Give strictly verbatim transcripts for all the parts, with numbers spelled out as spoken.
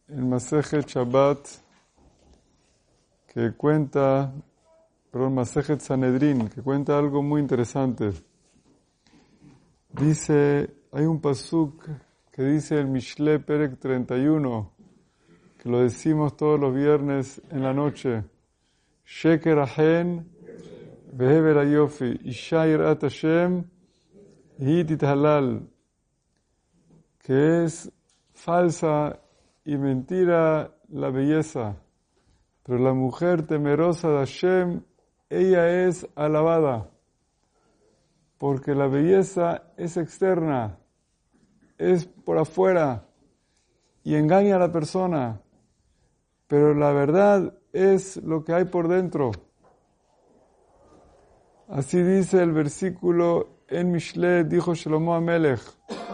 el Masejet Shabbat que cuenta, perdón, Masejet Sanedrín, que cuenta algo muy interesante. Dice, hay un pasuk que dice el Mishle Perek treinta y uno, que lo decimos todos los viernes en la noche. Sheker ahen vehever ayofi, isha yirat Hashem hi tithalal, que es falsa y mentira la belleza, pero la mujer temerosa de Hashem, ella es alabada, porque la belleza es externa, es por afuera y engaña a la persona, pero la verdad es lo que hay por dentro. Así dice el versículo en Mishle, dijo Shlomo HaMelech.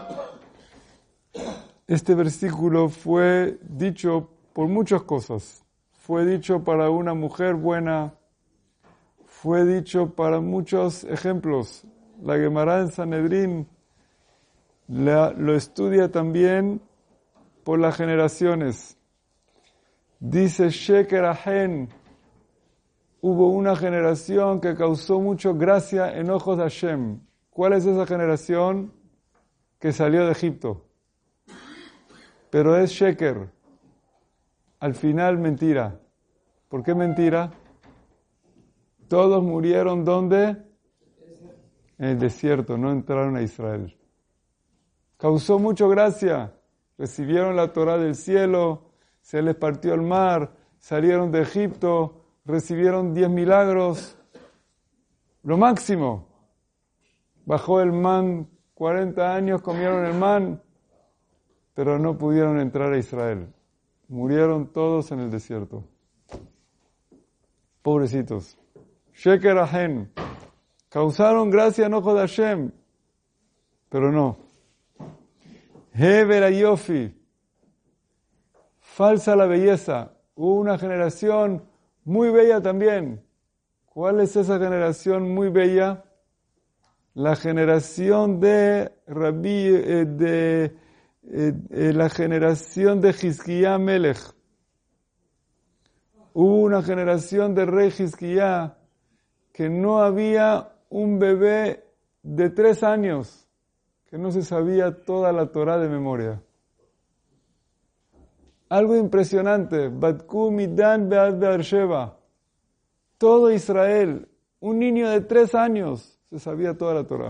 Este versículo fue dicho por muchas cosas. Fue dicho para una mujer buena, fue dicho para muchos ejemplos. La Gemara en Sanedrín la, lo estudia también por las generaciones. Dice Sheker ahen, hubo una generación que causó mucho gracia en ojos de Hashem. ¿Cuál es esa generación? Que salió de Egipto. Pero es Sheker. Al final mentira. ¿Por qué mentira? Todos murieron ¿dónde? En el desierto, no entraron a Israel. Causó mucho gracia. Recibieron la Torá del cielo, se les partió el mar, salieron de Egipto, recibieron diez milagros. Lo máximo. Bajó el man, cuarenta años comieron el man, pero no pudieron entrar a Israel. Murieron todos en el desierto. Pobrecitos. Sheker ahen. Causaron gracia en ojos de Hashem, pero no. Hever ayofi. Falsa la belleza. Hubo una generación muy bella también. ¿Cuál es esa generación muy bella? La generación de Rabí, eh, de eh, eh, la generación de Hizquiyá Melech. Hubo una generación de rey Hizquiyá que no había un bebé de tres años que no se sabía toda la Torá de memoria. Algo impresionante. Batku midan be'ad Be'ersheba. Todo Israel, un niño de tres años, se sabía toda la Torá.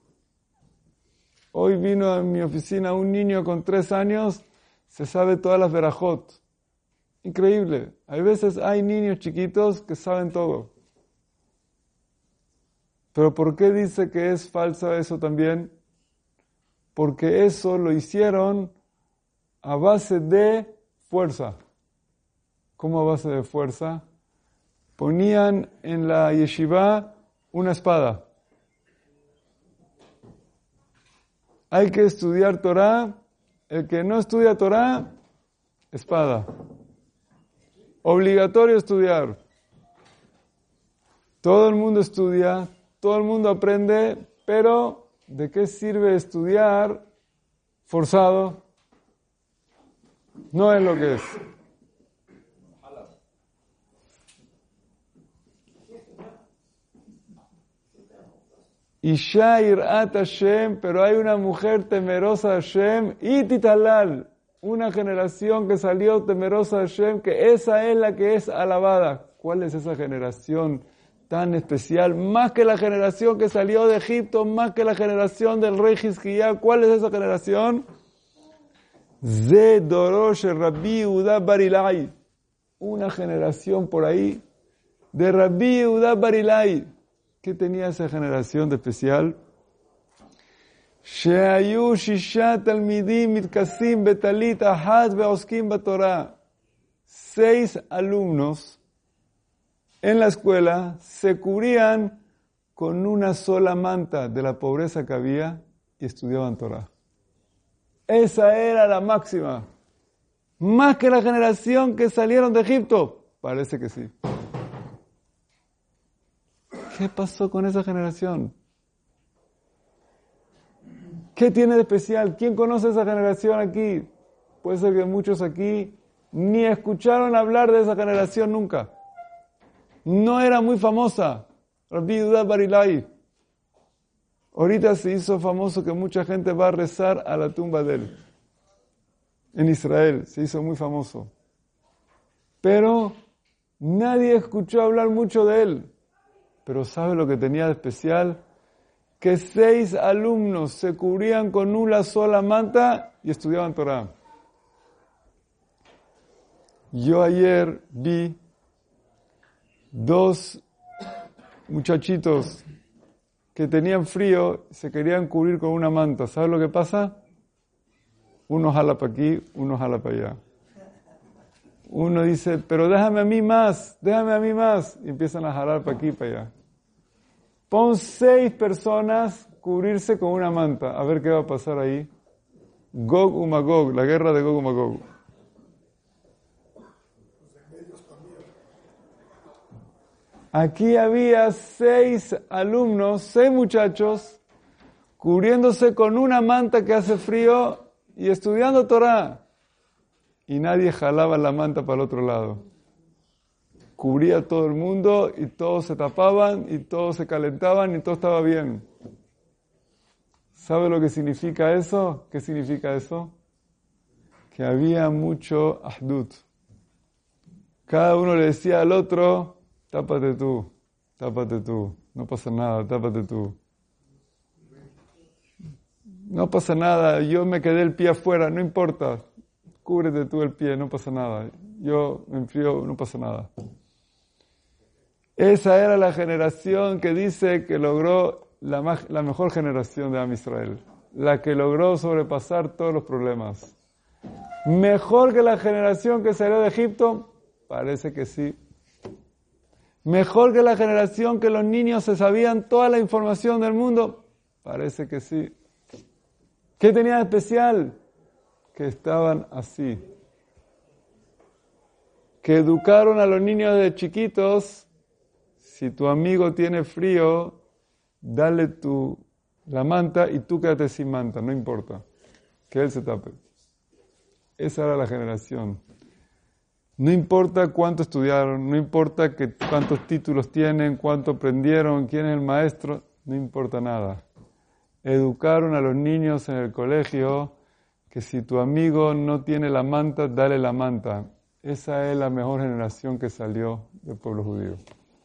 Hoy vino a mi oficina un niño con tres años, se sabe todas las verajot. Increíble. Hay veces hay niños chiquitos que saben todo. Pero ¿por qué dice que es falsa eso también? Porque eso lo hicieron a base de fuerza. ¿Cómo a base de fuerza? Ponían en la yeshiva una espada. Hay que estudiar Torah. El que no estudia Torah, espada. Obligatorio estudiar. Todo el mundo estudia, todo el mundo aprende, pero ¿de qué sirve estudiar forzado? No es lo que es. Isha yirat Hashem, pero hay una mujer temerosa de Hashem, y titalal, una generación que salió temerosa de Hashem, que esa es la que es alabada. ¿Cuál es esa generación tan especial? Más que la generación que salió de Egipto, más que la generación del rey Hizquiyá. ¿Cuál es esa generación? Ze Dorosh Rabbi Yehuda bar Ilai. Una generación por ahí de Rabbi Yehuda bar Ilai. ¿Qué tenía esa generación de especial? Shehayu shisha talmidim mitkasim betalit ahad ve'oskim batorah. Seis alumnos en la escuela se cubrían con una sola manta de la pobreza que había y estudiaban Torah. Esa era la máxima. Más que la generación que salieron de Egipto. Parece que sí. ¿Qué pasó con esa generación? ¿Qué tiene de especial? ¿Quién conoce esa generación aquí? Puede ser que muchos aquí Ni escucharon hablar de esa generación nunca. No era muy famosa. Rabbi Yehuda bar Ilai. Ahorita se hizo famoso que mucha gente va a rezar a la tumba de él. En Israel se hizo muy famoso. Pero nadie escuchó hablar mucho de él. Pero ¿sabe lo que tenía de especial? Que seis alumnos se cubrían con una sola manta y estudiaban Torah. Yo ayer vi dos muchachitos que tenían frío y se querían cubrir con una manta. ¿Sabes lo que pasa? Uno jala para aquí, uno jala para allá. Uno dice, pero déjame a mí más, déjame a mí más. Y empiezan a jalar para aquí y para allá. Pon seis personas cubrirse con una manta. A ver qué va a pasar ahí. Gog y Magog, la guerra de Gog y Magog. Aquí había seis alumnos, seis muchachos, cubriéndose con una manta que hace frío y estudiando Torah. Y nadie jalaba la manta para el otro lado. Cubría a todo el mundo y todos se tapaban y todos se calentaban y todo estaba bien. ¿Sabe lo que significa eso? ¿Qué significa eso? Que había mucho ahdut. Cada uno le decía al otro, tápate tú, tápate tú, no pasa nada, tápate tú. No pasa nada, yo me quedé el pie afuera, no importa, cúbrete tú el pie, no pasa nada. Yo me enfrío, no pasa nada. Esa era la generación que dice que logró la, más, la mejor generación de Am Israel, la que logró sobrepasar todos los problemas. ¿Mejor que la generación que salió de Egipto? Parece que sí. ¿Mejor que la generación que los niños se sabían toda la información del mundo? Parece que sí. ¿Qué tenía de especial? Que estaban así. Que educaron a los niños de chiquitos. Si tu amigo tiene frío, dale tu, la manta y tú quédate sin manta, no importa. Que él se tape. Esa era la generación. No importa cuánto estudiaron, no importa que, cuántos títulos tienen, cuánto aprendieron, quién es el maestro, no importa nada. Educaron a los niños en el colegio que si tu amigo no tiene la manta, dale la manta. Esa es la mejor generación que salió del pueblo judío.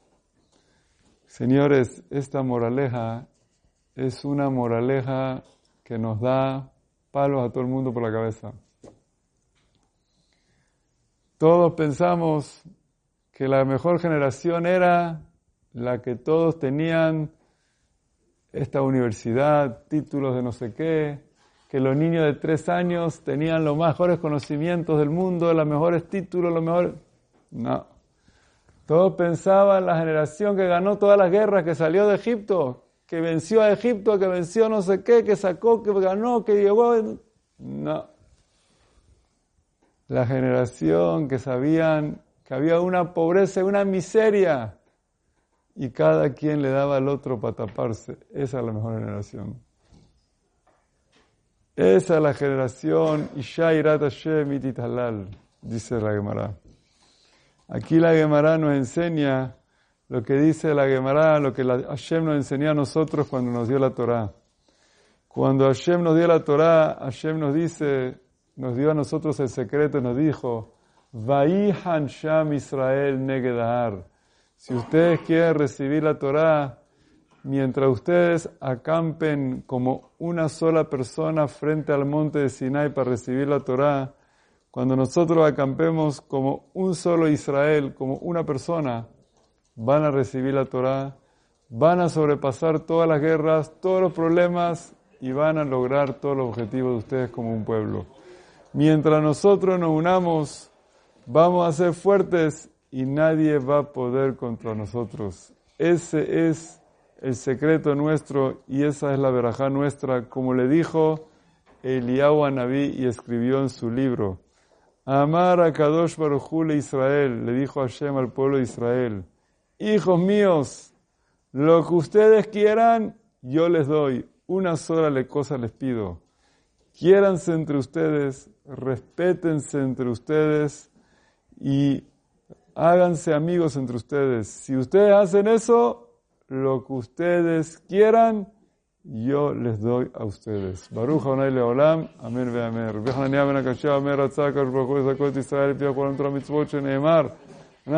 Señores, esta moraleja es una moraleja que nos da palos a todo el mundo por la cabeza. Todos pensamos que la mejor generación era la que todos tenían esta universidad, títulos de no sé qué, que los niños de tres años tenían los mejores conocimientos del mundo, los mejores títulos, los mejores... No. Todos pensaban la generación que ganó todas las guerras, que salió de Egipto, que venció a Egipto, que venció no sé qué, que sacó, que ganó, que llegó... No. La generación que sabían que había una pobreza y una miseria y cada quien le daba al otro para taparse. Esa es la mejor generación. Esa es la generación Isha Irat Hashem Itit Halal, dice la Gemara. Aquí la Gemara nos enseña lo que dice la Gemara, lo que la Hashem nos enseñó a nosotros cuando nos dio la Torah. Cuando Hashem nos dio la Torah, Hashem nos dice... Nos dio a nosotros el secreto y nos dijo, Vaihan Sham Israel Negedahar. Si ustedes quieren recibir la Torah, mientras ustedes acampen como una sola persona frente al monte de Sinai para recibir la Torah, cuando nosotros acampemos como un solo Israel, como una persona, van a recibir la Torah, van a sobrepasar todas las guerras, todos los problemas y van a lograr todos los objetivos de ustedes como un pueblo. Mientras nosotros nos unamos, vamos a ser fuertes y nadie va a poder contra nosotros. Ese es el secreto nuestro y esa es la verajá nuestra, como le dijo Eliyahu Anabí y escribió en su libro. Amar a Kadosh Baruj Hu le Israel, le dijo Hashem al pueblo de Israel, hijos míos, lo que ustedes quieran, yo les doy, una sola cosa les pido. Quiéranse entre ustedes, respétense entre ustedes, y háganse amigos entre ustedes. Si ustedes hacen eso, lo que ustedes quieran, yo les doy a ustedes. Baruch Adonai Leolam, amén ve amén. Rabbi Hanania ben Akashia, amén, Ratzah, Kadosh Baruch Hu, Yisrael, Israel, Pia, Kualam Torah Mitzvot, Sheneemar,